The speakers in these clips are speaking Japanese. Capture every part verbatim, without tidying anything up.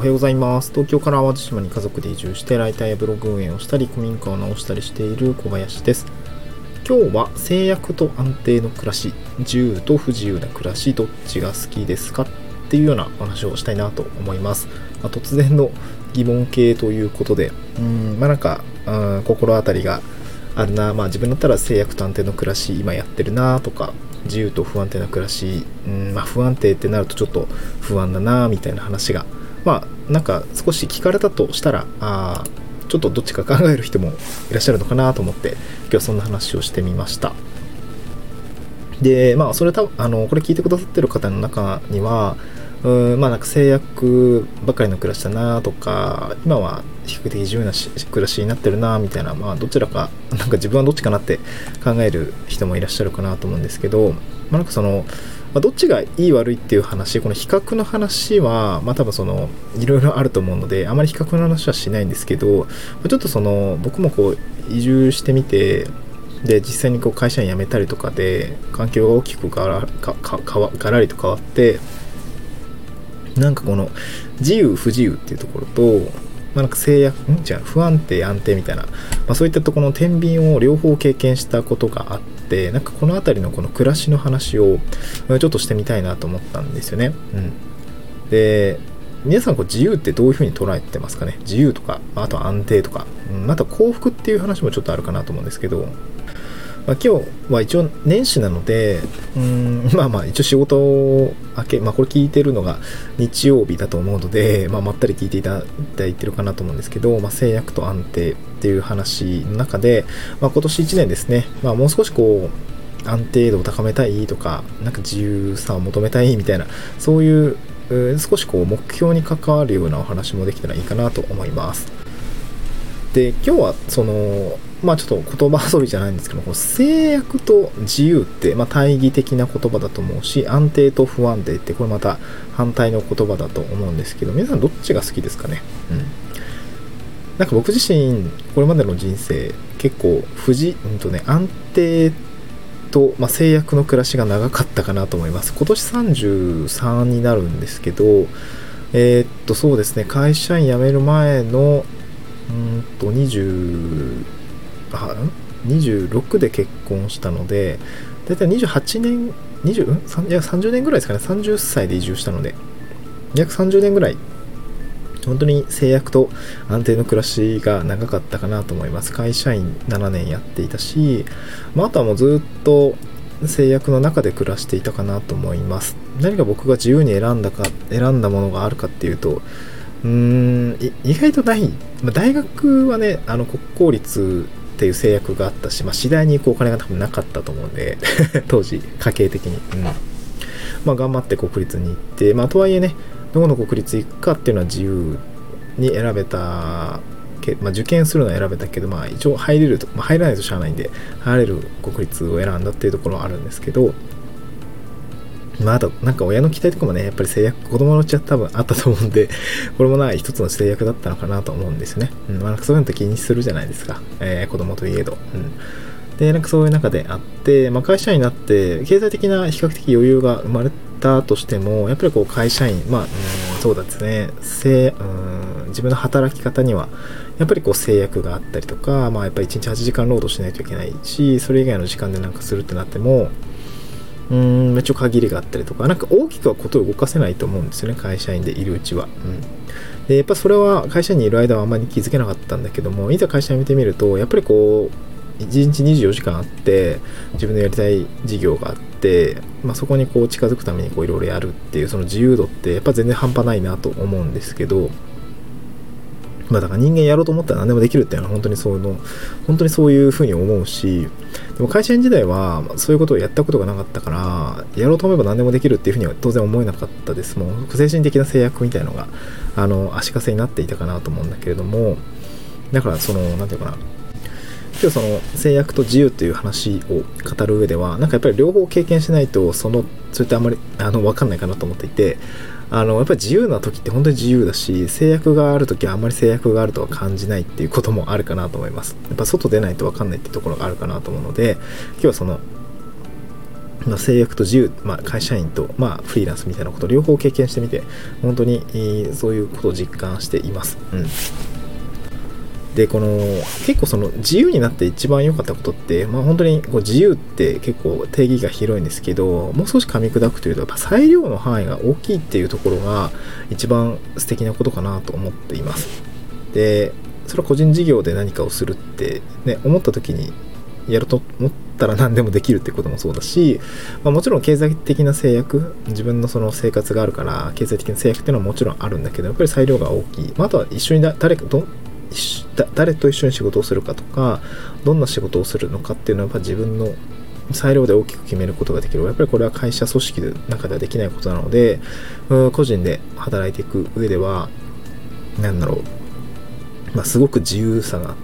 ようございます。東京から淡路島に家族で移住してライターやブログ運営をしたり古民家を直したりしている小林です。今日は制約と安定の暮らし、自由と不自由な暮らし、どっちが好きですかっていうようなお話をしたいなと思います。まあ、突然の疑問系ということで、うーんまあなんかうん心当たりがあるな、まあ自分だったら制約と安定の暮らし今やってるなとか、自由と不安定な暮らし、うんまあ不安定ってなるとちょっと不安だなみたいな話がまあなんか少し聞かれたとしたら、あちょっとどっちか考える人もいらっしゃるのかなと思って今日はそんな話をしてみました。でまあそれ多分あのこれ聞いてくださってる方の中にはうーんまあなんか制約ばかりの暮らしだなとか、今は比較的自由な暮らしになってるなみたいな、まあどちらかなんか自分はどっちかなって考える人もいらっしゃるかなと思うんですけど、まあなんかそのまあ、どっちがいい悪いっていう話、この比較の話はまあ多分そのいろいろあると思うのであまり比較の話はしないんですけど、ちょっとその僕もこう移住してみて、で実際にこう会社員辞めたりとかで環境が大きくガラかかかわガラリと変わって、なんかこの自由不自由っていうところと、まあ、なんか制約んじゃ不安定安定みたいな、まあ、そういったところの天秤を両方経験したことがあって、なんかこの辺りのこの暮らしの話をちょっとしてみたいなと思ったんですよね。うん、で皆さんこう自由ってどういうふうに捉えてますかね。自由とかあと安定とか、うん、あと幸福っていう話もちょっとあるかなと思うんですけど、まあ、今日は一応年始なので、うーんまあまあ一応仕事を明け、まあこれ聞いてるのが日曜日だと思うので、まあまったり聞いていただいてるかなと思うんですけど、まあ制約と安定っていう話の中で、まあ今年いちねんですね、まあもう少しこう安定度を高めたいとか、なんか自由さを求めたいみたいな、そういう少しこう目標に関わるようなお話もできたらいいかなと思います。で今日はそのまあちょっと言葉遊びじゃないんですけど、この制約と自由って、まあ、対義的な言葉だと思うし、安定と不安定ってこれまた反対の言葉だと思うんですけど、皆さんどっちが好きですかね。うん、なんか僕自身これまでの人生結構不自、うんとね、安定と、まあ、制約の暮らしが長かったかなと思います。今年さんじゅうさんになるんですけど、えー、っとそうですね、会社員辞める前のうんとにじゅうあにじゅうろくで結婚したので、だいたいにじゅうはちねんにじゅう、いやさんじゅうねんぐらいですかね。さんじゅっさいで移住したので約さんじゅうねんぐらい本当に制約と安定の暮らしが長かったかなと思います。会社員ななねんやっていたし、まあ、あとはもうずっと制約の中で暮らしていたかなと思います。何か僕が自由に選んだか選んだものがあるかっていうと、うーん意外とない、まあ、大学はね、あの国公立っていう制約があったし、まあ、次第にこうお金が多分なかったと思うんで当時家計的に、うんまあ、頑張って国立に行って、まあ、とはいえね、どこの国立行くかっていうのは自由に選べた、まあ、受験するのは選べたけど、まあ、一応入れると、まあ、入らないとしゃあないんで入れる国立を選んだっていうところはあるんですけど、まあ、あとなんか親の期待とかもね、やっぱり制約、子供のうちは多分あったと思うんで、これもな一つの制約だったのかなと思うんですよね。うん、まあ、なんかそういうのって気にするじゃないですか、えー、子供といえど。うん、でなんかそういう中であって、まあ、会社員になって経済的な比較的余裕が生まれたとしても、やっぱりこう会社員、まあ、うん、そうだですね、せうん自分の働き方にはやっぱりこう制約があったりとか、まあ、やっぱりいちにちはちじかん労働しないといけないし、それ以外の時間でなんかするってなってもうーんめっちゃ限りがあったりとか、なんか大きくはことを動かせないと思うんですよね、会社員でいるうちは。うん、でやっぱそれは会社にいる間はあんまり気づけなかったんだけども、いざ会社辞めてみるとやっぱりこういちにちにじゅうよじかんあって、自分のやりたい事業があって、まあ、そこにこう近づくためにこういろいろやるっていうその自由度ってやっぱ全然半端ないなと思うんですけど、まあだから人間やろうと思ったら何でもできるっていうのは本当にそういうの本当にそういうふうに思うし、でも会社員時代はそういうことをやったことがなかったから、やろうと思えば何でもできるっていうふうには当然思えなかったです。もう精神的な制約みたいなのがあの足かせになっていたかなと思うんだけれども、だからそのなんていうかな、今日その制約と自由っていう話を語る上では、なんかやっぱり両方経験しないとそのそれってあんまりあの分かんないかなと思っていて、あのやっぱり自由な時って本当に自由だし、制約がある時はあんまり制約があるとは感じないっていうこともあるかなと思います。やっぱ外出ないと分かんないっていうところがあるかなと思うので、今日はそのまあ、制約と自由、まあ、会社員と、まあ、フリーランスみたいなことを両方経験してみて、本当に、えー、そういうことを実感しています。うん。で、この結構その自由になって一番良かったことって、まあ、本当にこう自由って結構定義が広いんですけど、もう少し噛み砕くというと、やっぱ裁量の範囲が大きいっていうところが一番素敵なことかなと思っています。で、それは個人事業で何かをするって、ね、思った時にやると思ったら何でもできるってこともそうだし、まあ、もちろん経済的な制約、自分のその生活があるから経済的な制約っていうのはもちろんあるんだけど、やっぱり裁量が大きい、まあ、あとは一緒にだ誰かと誰と一緒に仕事をするかとか、どんな仕事をするのかっていうのはやっぱ自分の裁量で大きく決めることができる。やっぱりこれは会社組織の中ではできないことなので、個人で働いていく上ではなんだろう、まあ、すごく自由さがあって、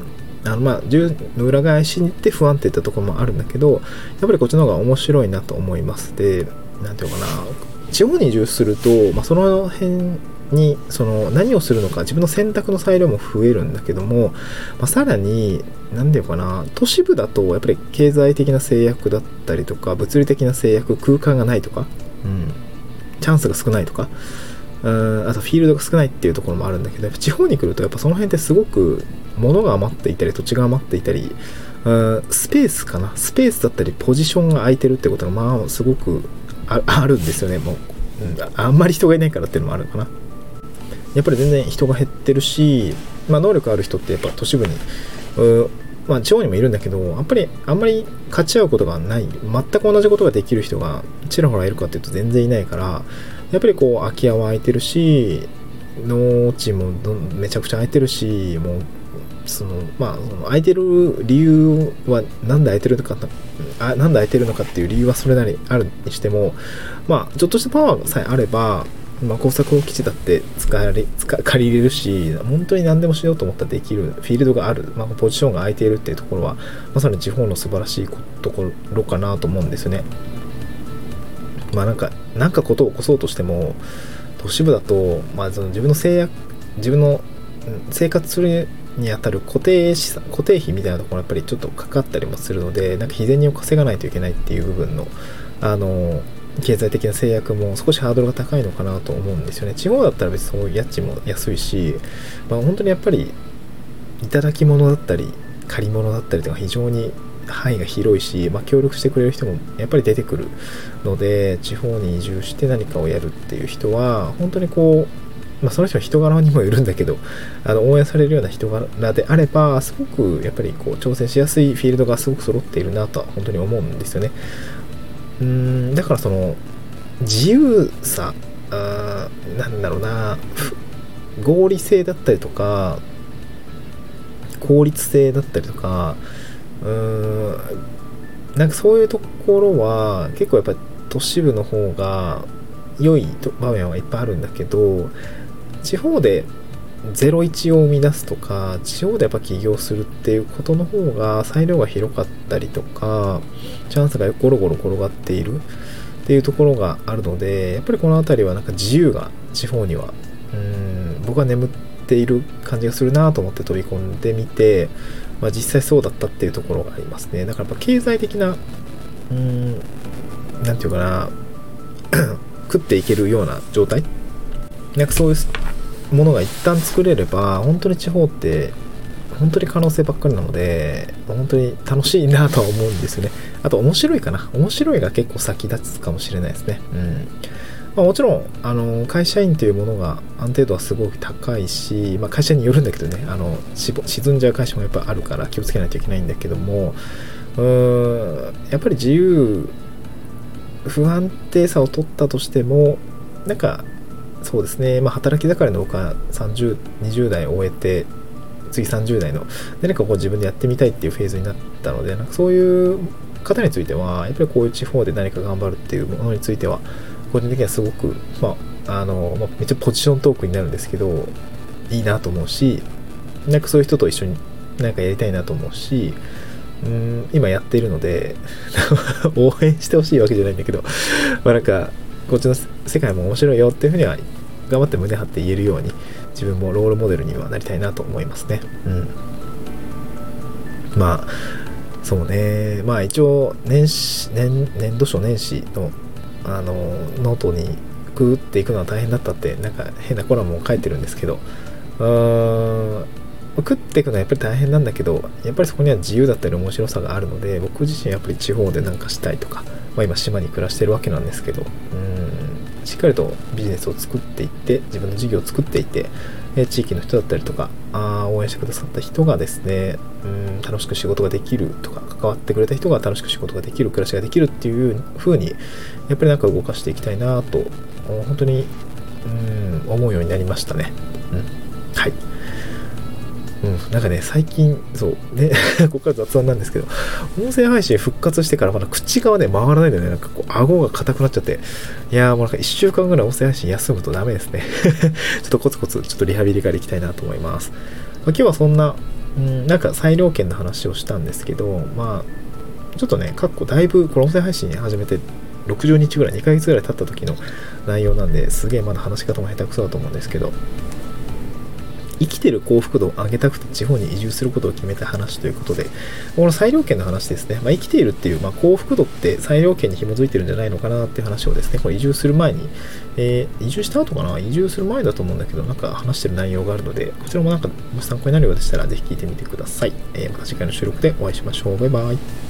あのまあ自由の裏返しに行って不安定ってところもあるんだけど、やっぱりこっちの方が面白いなと思います。で、なんていうのかな、地方に移住すると、まあ、その辺にその何をするのか自分の選択の裁量も増えるんだけども、まあ、さらに何ていうかな、都市部だとやっぱり経済的な制約だったりとか物理的な制約、空間がないとか、うん、チャンスが少ないとか、うん、あとフィールドが少ないっていうところもあるんだけど、地方に来るとやっぱその辺ってすごく物が余っていたり土地が余っていたり、うん、スペースかなスペースだったりポジションが空いてるってことがまあすごく あ, あるんですよね。もう、うん、あんまり人がいないからっていうのもあるのかな。やっぱり全然人が減ってるし、まあ、能力ある人ってやっぱ都市部に、まあ、地方にもいるんだけど、やっぱりあんまり勝ち合うことがない、全く同じことができる人がちらほらいるかっていうと全然いないから、やっぱりこう空き家は空いてるし、農地もめちゃくちゃ空いてるし、もうそのまあその空いてる理由はなんで空いてるのかあなんで空いてるのかっていう理由はそれなりあるにしても、まあちょっとしたパワーさえあれば、まあ、工作基地だって使え使借りれるし、本当に何でもしようと思ったらできるフィールドがある、まあ、ポジションが空いているっていうところはまさに地方の素晴らしいところかなと思うんですよね。まあなんかなんかことを起こそうとしても都市部だと、まあ、その自分の制約自分の生活するにあたる固定資産固定費みたいなところやっぱりちょっとかかったりもするので、なんか日銭を稼がないといけないっていう部分のあの経済的な制約も少しハードルが高いのかなと思うんですよね。地方だったら別にそういう家賃も安いし、まあ、本当にやっぱり頂き物だったり借り物だったりとか非常に範囲が広いし、まあ、協力してくれる人もやっぱり出てくるので、地方に移住して何かをやるっていう人は本当にこう、まあ、その人の人柄にもよるんだけど、あの応援されるような人柄であればすごくやっぱりこう挑戦しやすいフィールドがすごく揃っているなとは本当に思うんですよね。うーんだからその自由さ、あなんだろうな、合理性だったりとか効率性だったりとか、うーんなんかそういうところは結構やっぱり都市部の方が良い場面はいっぱいあるんだけど、地方でゼロイチを生み出すとか地方でやっぱ起業するっていうことの方が裁量が広かったりとかチャンスがゴロゴロ転がっているっていうところがあるので、やっぱりこの辺りはなんか自由が地方にはうーん僕は眠っている感じがするなと思って飛び込んでみて、まあ、実際そうだったっていうところがありますね。だからやっぱ経済的なうーんなんていうかな食っていけるような状態、なんかそういうものが一旦作れれば本当に地方って本当に可能性ばっかりなので本当に楽しいなとは思うんですよね。あと面白いかな、面白いが結構先立つかもしれないですね。うんまあ、もちろんあの会社員というものが安定度はすごく高いし、まあ、会社によるんだけどね、あの沈んじゃう会社もやっぱあるから気をつけないといけないんだけども、うーんやっぱり自由不安定さを取ったとしてもなんかそうですね、まあ、働き盛りの僕はさんじゅう、にじゅう代を終えて次さんじゅう代の何かこう自分でやってみたいっていうフェーズになったので、なんかそういう方についてはやっぱりこういう地方で何か頑張るっていうものについては個人的にはすごく、まああのまあ、めっちゃポジショントークになるんですけどいいなと思うし、なんかそういう人と一緒に何かやりたいなと思うし、うーん今やっているので応援してほしいわけじゃないんだけど、まあなんかこっちの世界も面白いよっていうふうには頑張って胸張って言えるように自分もロールモデルにはなりたいなと思いますね。うんまあそうね。まあ一応年始、年、年度初年始のあのノートにくぐっていくのは大変だったってなんか変なコラムを書いてるんですけど、うーん、食っていくのはやっぱり大変なんだけど、やっぱりそこには自由だったり面白さがあるので、僕自身やっぱり地方で何かしたいとか、まあ、今島に暮らしてるわけなんですけど、うーん、しっかりとビジネスを作っていって自分の事業を作っていて、え地域の人だったりとかあ応援してくださった人がですね、うん、楽しく仕事ができるとか、関わってくれた人が楽しく仕事ができる、暮らしができるっていう風にやっぱりなんか動かしていきたいなと本当にうん思うようになりましたね。うん、はい。うん、なんかね、最近、そう、ね、ここから雑談なんですけど、音声配信復活してからまだ口がね、回らないんだよね。なんかこう、顎が硬くなっちゃって、いやーもうなんかいっしゅうかんぐらい音声配信休むとダメですね。ちょっとコツコツ、ちょっとリハビリからいきたいなと思います。まあ、今日はそんな、うん、なんか裁量権の話をしたんですけど、まあ、ちょっとね、かっこだいぶ、この音声配信始めてろくじゅうにちぐらい、にかげつぐらい経った時の内容なんで、すげえまだ話し方も下手くそだと思うんですけど、生きてる幸福度を上げたくて地方に移住することを決めた話ということで、この裁量権の話ですね、まあ、生きているっていう、まあ、幸福度って裁量権に紐づいてるんじゃないのかなっていう話をですね、これ移住する前に、えー、移住した後かな、移住する前だと思うんだけど、なんか話してる内容があるので、こちらもなんかもし参考になるようでしたらぜひ聞いてみてください。えー、また次回の収録でお会いしましょう。バイバイ。